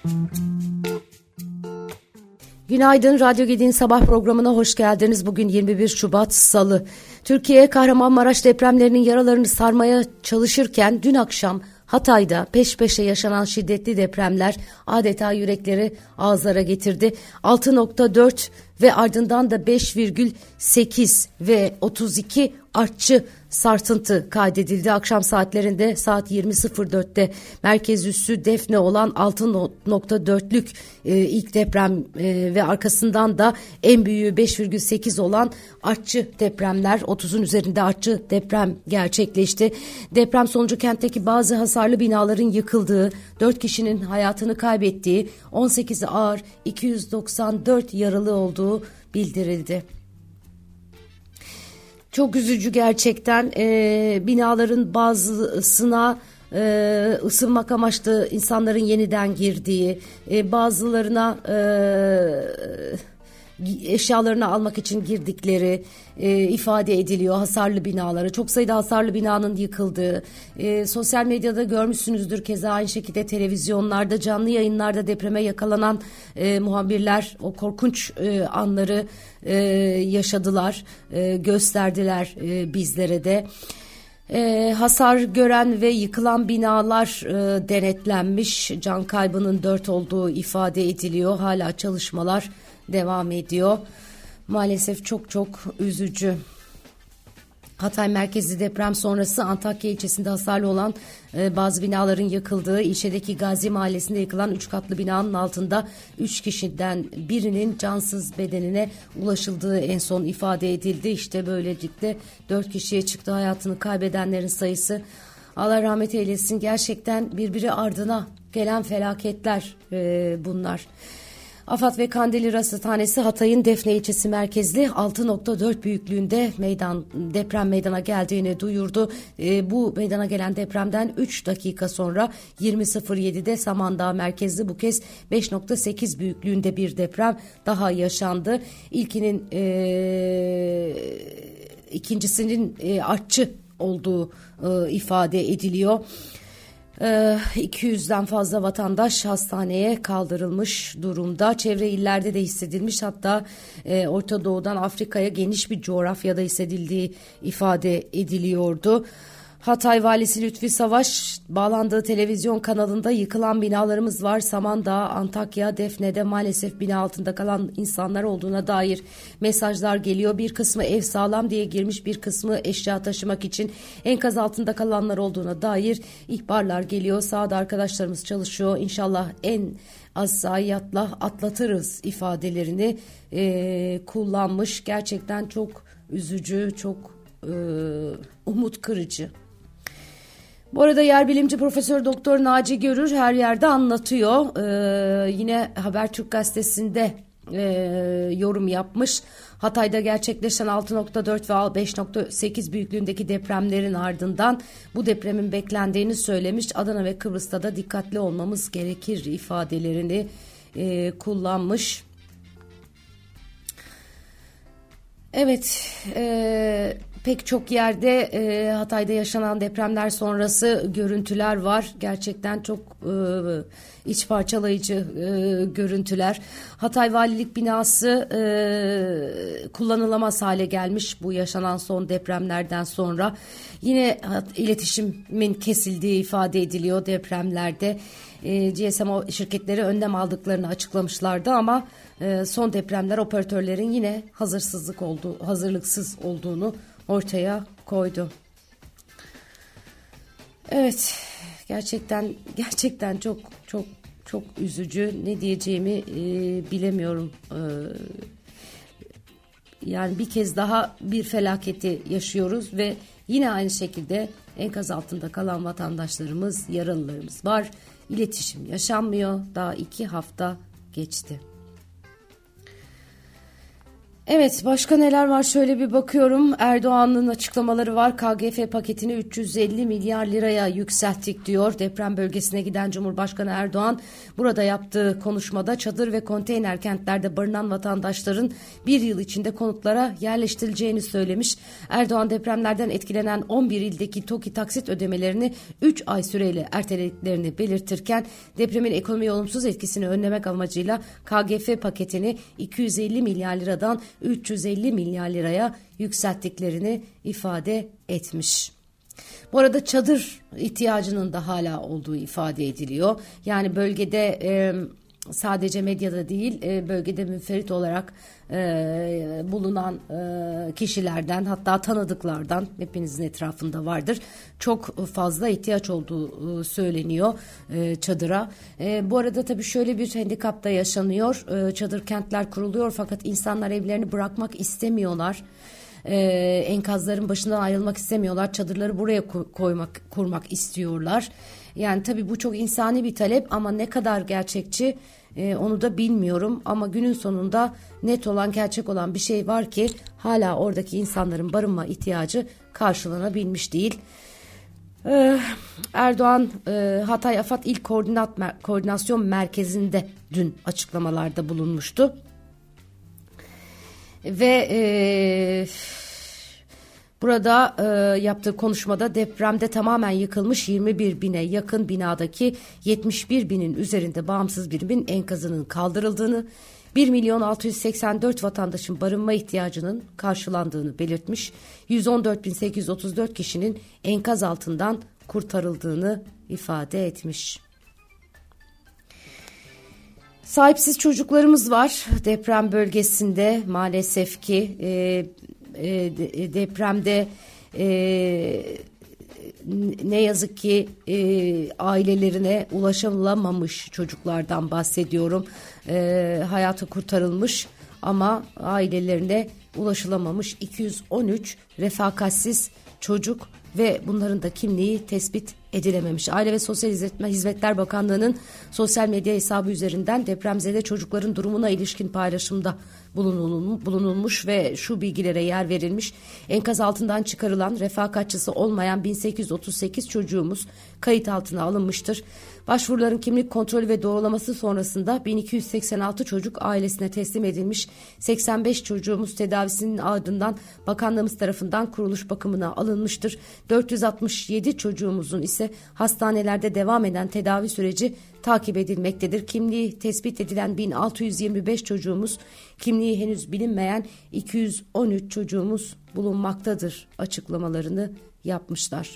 Günaydın, Radyo Gedi'nin sabah programına hoş geldiniz. Bugün 21 Şubat Salı. Türkiye, Kahramanmaraş depremlerinin yaralarını sarmaya çalışırken dün akşam Hatay'da peş peşe yaşanan şiddetli depremler adeta yürekleri ağızlara getirdi. 6.4 ve ardından da 5,8 ve 32 artçı sarsıntı kaydedildi. Akşam saatlerinde saat 20.04'te merkez üssü Defne olan 6.4'lük ilk deprem ve arkasından da en büyüğü 5,8 olan artçı depremler, 30'un üzerinde artçı deprem gerçekleşti. Deprem sonucu kentteki bazı hasarlı binaların yıkıldığı, 4 kişinin hayatını kaybettiği, 18'i ağır, 294 yaralı olduğu bildirildi. Çok üzücü gerçekten. Binaların bazısına ısınmak amaçlı insanların yeniden girdiği, bazılarına eşyalarını almak için girdikleri ifade ediliyor. Hasarlı binaları, çok sayıda hasarlı binanın yıkıldığı, sosyal medyada görmüşsünüzdür, keza aynı şekilde televizyonlarda, canlı yayınlarda depreme yakalanan muhabirler o korkunç anları yaşadılar, gösterdiler bizlere de. Hasar gören ve yıkılan binalar denetlenmiş, can kaybının 4 olduğu ifade ediliyor. Hala çalışmalar devam ediyor. Maalesef çok çok üzücü. Hatay merkezli deprem sonrası Antakya ilçesinde hasarlı olan bazı binaların yıkıldığı, ilçedeki Gazi Mahallesi'nde yıkılan 3 katlı binanın altında 3 kişiden birinin cansız bedenine ulaşıldığı en son ifade edildi. İşte böylelikle 4 kişiye çıktı hayatını kaybedenlerin sayısı. Allah rahmet eylesin. Gerçekten birbiri ardına gelen felaketler bunlar. AFAD ve Kandilli Rasathanesi Hatay'ın Defne ilçesi merkezli 6.4 büyüklüğünde deprem meydana geldiğini duyurdu. Bu meydana gelen depremden 3 dakika sonra 20.07'de Samandağ merkezli bu kez 5.8 büyüklüğünde bir deprem daha yaşandı. İkincisinin artçı olduğu ifade ediliyor. 200'den fazla vatandaş hastaneye kaldırılmış durumda. Çevre illerde de hissedilmiş, hatta Orta Doğu'dan Afrika'ya geniş bir coğrafyada hissedildiği ifade ediliyordu. Hatay Valisi Lütfi Savaş bağlandığı televizyon kanalında yıkılan binalarımız var. Samandağ, Antakya, Defne'de maalesef bina altında kalan insanlar olduğuna dair mesajlar geliyor. Bir kısmı ev sağlam diye girmiş, bir kısmı eşya taşımak için enkaz altında kalanlar olduğuna dair ihbarlar geliyor. Sahada arkadaşlarımız çalışıyor. İnşallah en az zayiatla atlatırız ifadelerini kullanmış. Gerçekten çok üzücü, çok umut kırıcı. Bu arada yer bilimci Profesör Doktor Naci Görür her yerde anlatıyor. Yine Habertürk gazetesinde yorum yapmış. Hatay'da gerçekleşen 6.4 ve 5.8 büyüklüğündeki depremlerin ardından bu depremin beklendiğini söylemiş. Adana ve Kıbrıs'ta da dikkatli olmamız gerekir ifadelerini kullanmış. Evet, pek çok yerde Hatay'da yaşanan depremler sonrası görüntüler var. Gerçekten çok iç parçalayıcı görüntüler. Hatay Valilik binası kullanılamaz hale gelmiş bu yaşanan son depremlerden sonra. Yine iletişimin kesildiği ifade ediliyor depremlerde. GSM şirketleri önlem aldıklarını açıklamışlardı ama son depremler operatörlerin yine hazırlıksız olduğunu ortaya koydu. Evet, gerçekten çok üzücü. Ne diyeceğimi bilemiyorum. Yani bir kez daha bir felaketi yaşıyoruz ve yine aynı şekilde enkaz altında kalan vatandaşlarımız, yaralılarımız var. İletişim yaşanmıyor. Daha 2 hafta geçti. Evet, başka neler var şöyle bir bakıyorum. Erdoğan'ın açıklamaları var. KGF paketini 350 milyar liraya yükselttik diyor. Deprem bölgesine giden Cumhurbaşkanı Erdoğan burada yaptığı konuşmada çadır ve konteyner kentlerde barınan vatandaşların bir yıl içinde konutlara yerleştirileceğini söylemiş. Erdoğan depremlerden etkilenen 11 ildeki TOKİ taksit ödemelerini 3 ay süreyle ertelediklerini belirtirken depremin ekonomiye olumsuz etkisini önlemek amacıyla KGF paketini 250 milyar liradan 350 milyar liraya yükselttiklerini ifade etmiş. Bu arada çadır ihtiyacının da hala olduğu ifade ediliyor. Yani bölgede sadece medyada değil bölgede münferit olarak bulunan kişilerden, hatta tanıdıklardan, hepinizin etrafında vardır, çok fazla ihtiyaç olduğu söyleniyor çadıra. Bu arada tabii şöyle bir handikap da yaşanıyor. Çadır kentler kuruluyor fakat insanlar evlerini bırakmak istemiyorlar. Enkazların başından ayrılmak istemiyorlar. Çadırları buraya kurmak istiyorlar. Yani tabii bu çok insani bir talep ama ne kadar gerçekçi onu da bilmiyorum. Ama günün sonunda net olan, gerçek olan bir şey var ki hala oradaki insanların barınma ihtiyacı karşılanabilmiş değil. Erdoğan Hatay AFAD İl Koordinasyon Merkezi'nde dün açıklamalarda bulunmuştu. Ve burada yaptığı konuşmada depremde tamamen yıkılmış 21 bine yakın binadaki 71 binin üzerinde bağımsız birimin enkazının kaldırıldığını, 1.684.000 vatandaşın barınma ihtiyacının karşılandığını belirtmiş. 114.834 kişinin enkaz altından kurtarıldığını ifade etmiş. Sahipsiz çocuklarımız var deprem bölgesinde maalesef ki depremde ne yazık ki ailelerine ulaşılamamış çocuklardan bahsediyorum. Hayatı kurtarılmış ama ailelerine ulaşılamamış 213 refakatsiz çocuk ve bunların da kimliği tespit edilememiş. Aile ve Sosyal Hizmetler Bakanlığı'nın sosyal medya hesabı üzerinden depremzede çocukların durumuna ilişkin paylaşımda bulunulmuş ve şu bilgilere yer verilmiş. Enkaz altından çıkarılan refakatçısı olmayan 1838 çocuğumuz kayıt altına alınmıştır. Başvuruların kimlik kontrolü ve doğrulaması sonrasında 1286 çocuk ailesine teslim edilmiş. 85 çocuğumuz tedavisinin ardından bakanlığımız tarafından kuruluş bakımına alınmıştır. 467 çocuğumuzun ise hastanelerde devam eden tedavi süreci takip edilmektedir. Kimliği tespit edilen 1625 çocuğumuz, kimliği henüz bilinmeyen 213 çocuğumuz bulunmaktadır açıklamalarını yapmışlar.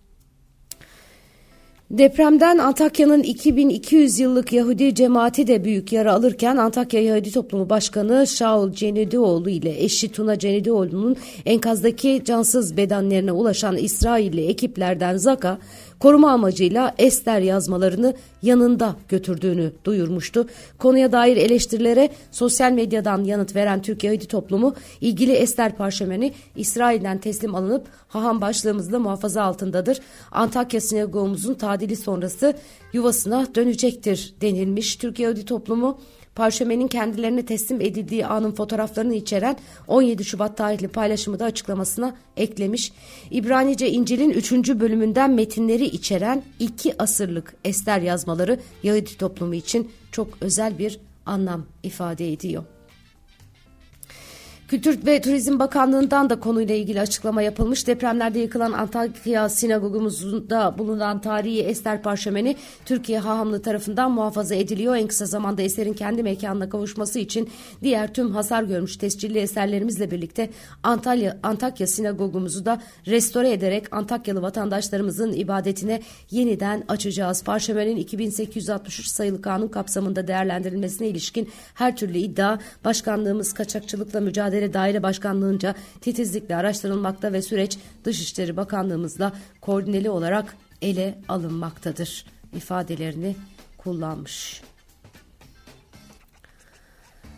Depremden Antakya'nın 2200 yıllık Yahudi cemaati de büyük yara alırken Antakya Yahudi Toplumu Başkanı Shaul Cenedioğlu ile eşi Tuna Cenedioğlu'nun enkazdaki cansız bedenlerine ulaşan İsrailli ekiplerden Zaka koruma amacıyla ester yazmalarını yanında götürdüğünü duyurmuştu. Konuya dair eleştirilere sosyal medyadan yanıt veren Türk Yahudi Toplumu ilgili ester parşömeni İsrail'den teslim alınıp haham başlığımızda muhafaza altındadır. Antakya sinagogumuzun tadili sonrası yuvasına dönecektir denilmiş. Türk Yahudi Toplumu parşömenin kendilerine teslim edildiği anın fotoğraflarını içeren 17 Şubat tarihli paylaşımı da açıklamasına eklemiş. İbranice İncil'in 3. bölümünden metinleri içeren 2 asırlık ester yazmaları Yahudi toplumu için çok özel bir anlam ifade ediyor. Kültür ve Turizm Bakanlığı'ndan da konuyla ilgili açıklama yapılmış. Depremlerde yıkılan Antakya sinagogumuzda bulunan tarihi ester parşömeni Türkiye Hahamlığı tarafından muhafaza ediliyor. En kısa zamanda eserin kendi mekanına kavuşması için diğer tüm hasar görmüş tescilli eserlerimizle birlikte Antakya sinagogumuzu da restore ederek Antakyalı vatandaşlarımızın ibadetine yeniden açacağız. Parşömenin 2863 sayılı kanun kapsamında değerlendirilmesine ilişkin her türlü iddia Başkanlığımız Kaçakçılıkla Mücadele Daire Başkanlığı'nca titizlikle araştırılmakta ve süreç Dışişleri Bakanlığımızla koordineli olarak ele alınmaktadır ifadelerini kullanmış.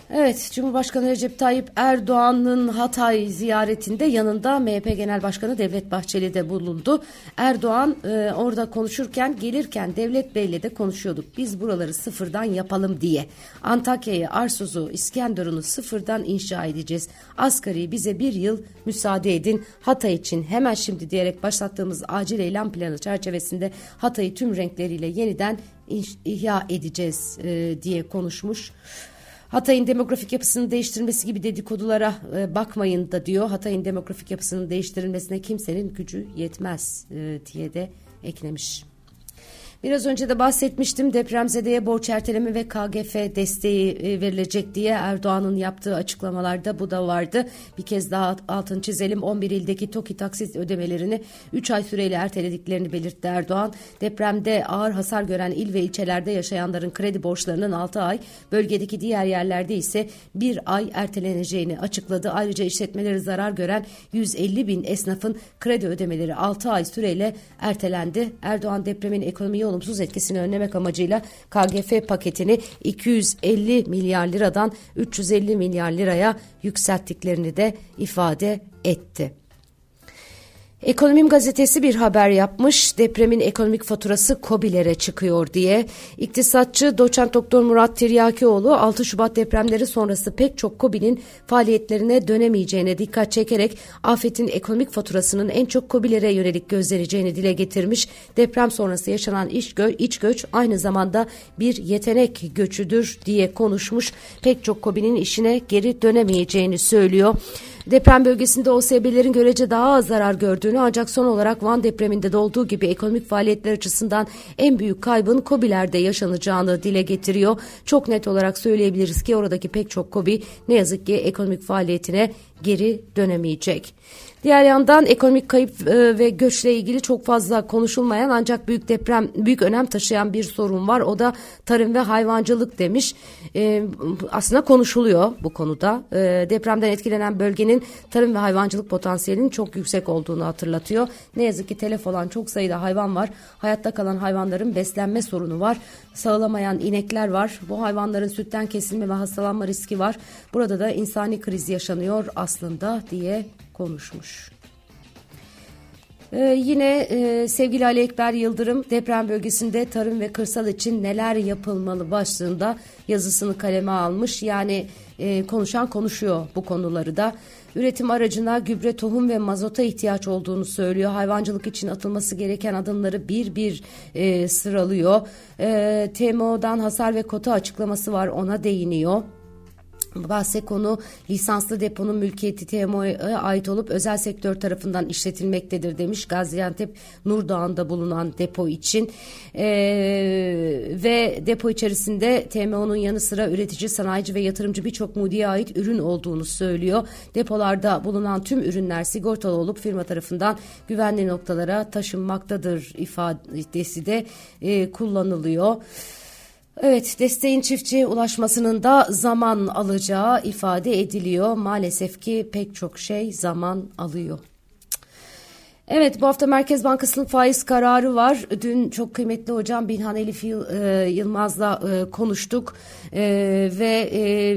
Evet, Cumhurbaşkanı Recep Tayyip Erdoğan'ın Hatay ziyaretinde yanında MHP Genel Başkanı Devlet Bahçeli de bulundu. Erdoğan orada konuşurken gelirken Devlet Bey'le de konuşuyorduk. Biz buraları sıfırdan yapalım diye. Antakya'yı, Arsuz'u, İskenderun'u sıfırdan inşa edeceğiz. Asgari bize bir yıl müsaade edin. Hatay için hemen şimdi diyerek başlattığımız acil eylem planı çerçevesinde Hatay'ı tüm renkleriyle yeniden ihya edeceğiz diye konuşmuş. Hatay'ın demografik yapısının değiştirilmesi gibi dedikodulara bakmayın da diyor. Hatay'ın demografik yapısının değiştirilmesine kimsenin gücü yetmez diye de eklemiş. Biraz önce de bahsetmiştim, depremzedeye borç erteleme ve KGF desteği verilecek diye Erdoğan'ın yaptığı açıklamalarda bu da vardı. Bir kez daha altını çizelim, 11 ildeki TOKİ taksit ödemelerini 3 ay süreyle ertelediklerini belirtti Erdoğan. Depremde ağır hasar gören il ve ilçelerde yaşayanların kredi borçlarının 6 ay, bölgedeki diğer yerlerde ise 1 ay erteleneceğini açıkladı. Ayrıca işletmeleri zarar gören 150 bin esnafın kredi ödemeleri 6 ay süreyle ertelendi. Erdoğan depremin ekonomiye olumsuz etkisini önlemek amacıyla KGF paketini 250 milyar liradan 350 milyar liraya yükselttiklerini de ifade etti. Ekonomim gazetesi bir haber yapmış, depremin ekonomik faturası KOBİ'lere çıkıyor diye. İktisatçı Doçent Doktor Murat Tiryakioğlu 6 Şubat depremleri sonrası pek çok KOBİ'nin faaliyetlerine dönemeyeceğine dikkat çekerek afetin ekonomik faturasının en çok KOBİ'lere yönelik gözleneceğini dile getirmiş. Deprem sonrası yaşanan iç göç aynı zamanda bir yetenek göçüdür diye konuşmuş. Pek çok KOBİ'nin işine geri dönemeyeceğini söylüyor. Deprem bölgesinde OSB'lerin görece daha az zarar gördüğünü, ancak son olarak Van depreminde de olduğu gibi ekonomik faaliyetler açısından en büyük kaybın KOBİ'lerde yaşanacağını dile getiriyor. Çok net olarak söyleyebiliriz ki oradaki pek çok KOBİ ne yazık ki ekonomik faaliyetine geri dönemeyecek. Diğer yandan ekonomik kayıp ve göçle ilgili çok fazla konuşulmayan ancak büyük önem taşıyan bir sorun var. O da tarım ve hayvancılık demiş. Aslında konuşuluyor bu konuda. Depremden etkilenen bölgenin tarım ve hayvancılık potansiyelinin çok yüksek olduğunu hatırlatıyor. Ne yazık ki telef olan çok sayıda hayvan var. Hayatta kalan hayvanların beslenme sorunu var. Sağlamayan inekler var. Bu hayvanların sütten kesilme ve hastalanma riski var. Burada da insani kriz yaşanıyor aslında diye konuşmuş. Yine sevgili Ali Ekber Yıldırım deprem bölgesinde tarım ve kırsal için neler yapılmalı başlığında yazısını kaleme almış. Yani konuşan konuşuyor bu konuları da. Üretim aracına gübre, tohum ve mazota ihtiyaç olduğunu söylüyor. Hayvancılık için atılması gereken adımları bir bir sıralıyor. TMO'dan hasar ve kota açıklaması var, ona değiniyor. Bahse konu lisanslı deponun mülkiyeti TMO'ya ait olup özel sektör tarafından işletilmektedir demiş Gaziantep Nurdağ'ında bulunan depo için. Ve depo içerisinde TMO'nun yanı sıra üretici, sanayici ve yatırımcı birçok mudiye ait ürün olduğunu söylüyor. Depolarda bulunan tüm ürünler sigortalı olup firma tarafından güvenli noktalara taşınmaktadır ifadesi de kullanılıyor. Evet, desteğin çiftçiye ulaşmasının da zaman alacağı ifade ediliyor. Maalesef ki pek çok şey zaman alıyor. Evet, bu hafta Merkez Bankası'nın faiz kararı var. Dün çok kıymetli hocam Bilhan Elif Yılmaz'la konuştuk ve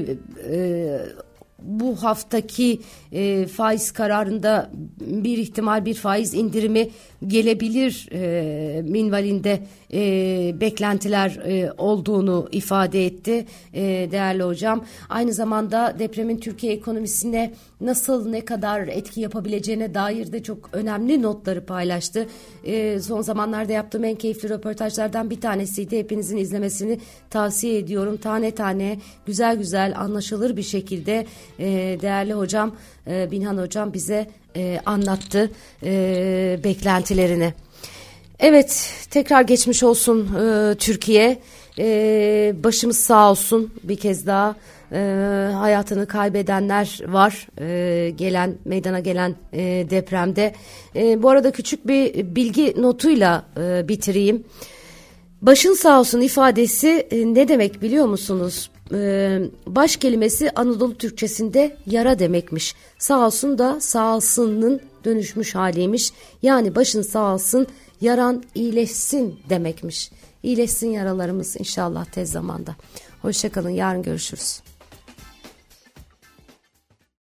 bu haftaki faiz kararında bir ihtimal bir faiz indirimi gelebilir minvalinde beklentiler olduğunu ifade etti değerli hocam. Aynı zamanda depremin Türkiye ekonomisine nasıl, ne kadar etki yapabileceğine dair de çok önemli notları paylaştı. Son zamanlarda yaptığım en keyifli röportajlardan bir tanesiydi. Hepinizin izlemesini tavsiye ediyorum. Tane tane güzel güzel anlaşılır bir şekilde değerli hocam Bilhan hocam bize anlattı beklentilerini. Evet, tekrar geçmiş olsun Türkiye. Başımız sağ olsun bir kez daha. Hayatını kaybedenler var meydana gelen depremde. Bu arada küçük bir bilgi notuyla bitireyim. Başın sağ olsun ifadesi ne demek biliyor musunuz? Baş kelimesi Anadolu Türkçesinde yara demekmiş. Sağ olsun da sağ olsun'un dönüşmüş haliymiş. Yani başın sağ olsun, yaran iyileşsin demekmiş. İyileşsin yaralarımız inşallah tez zamanda. Hoşça kalın, yarın görüşürüz.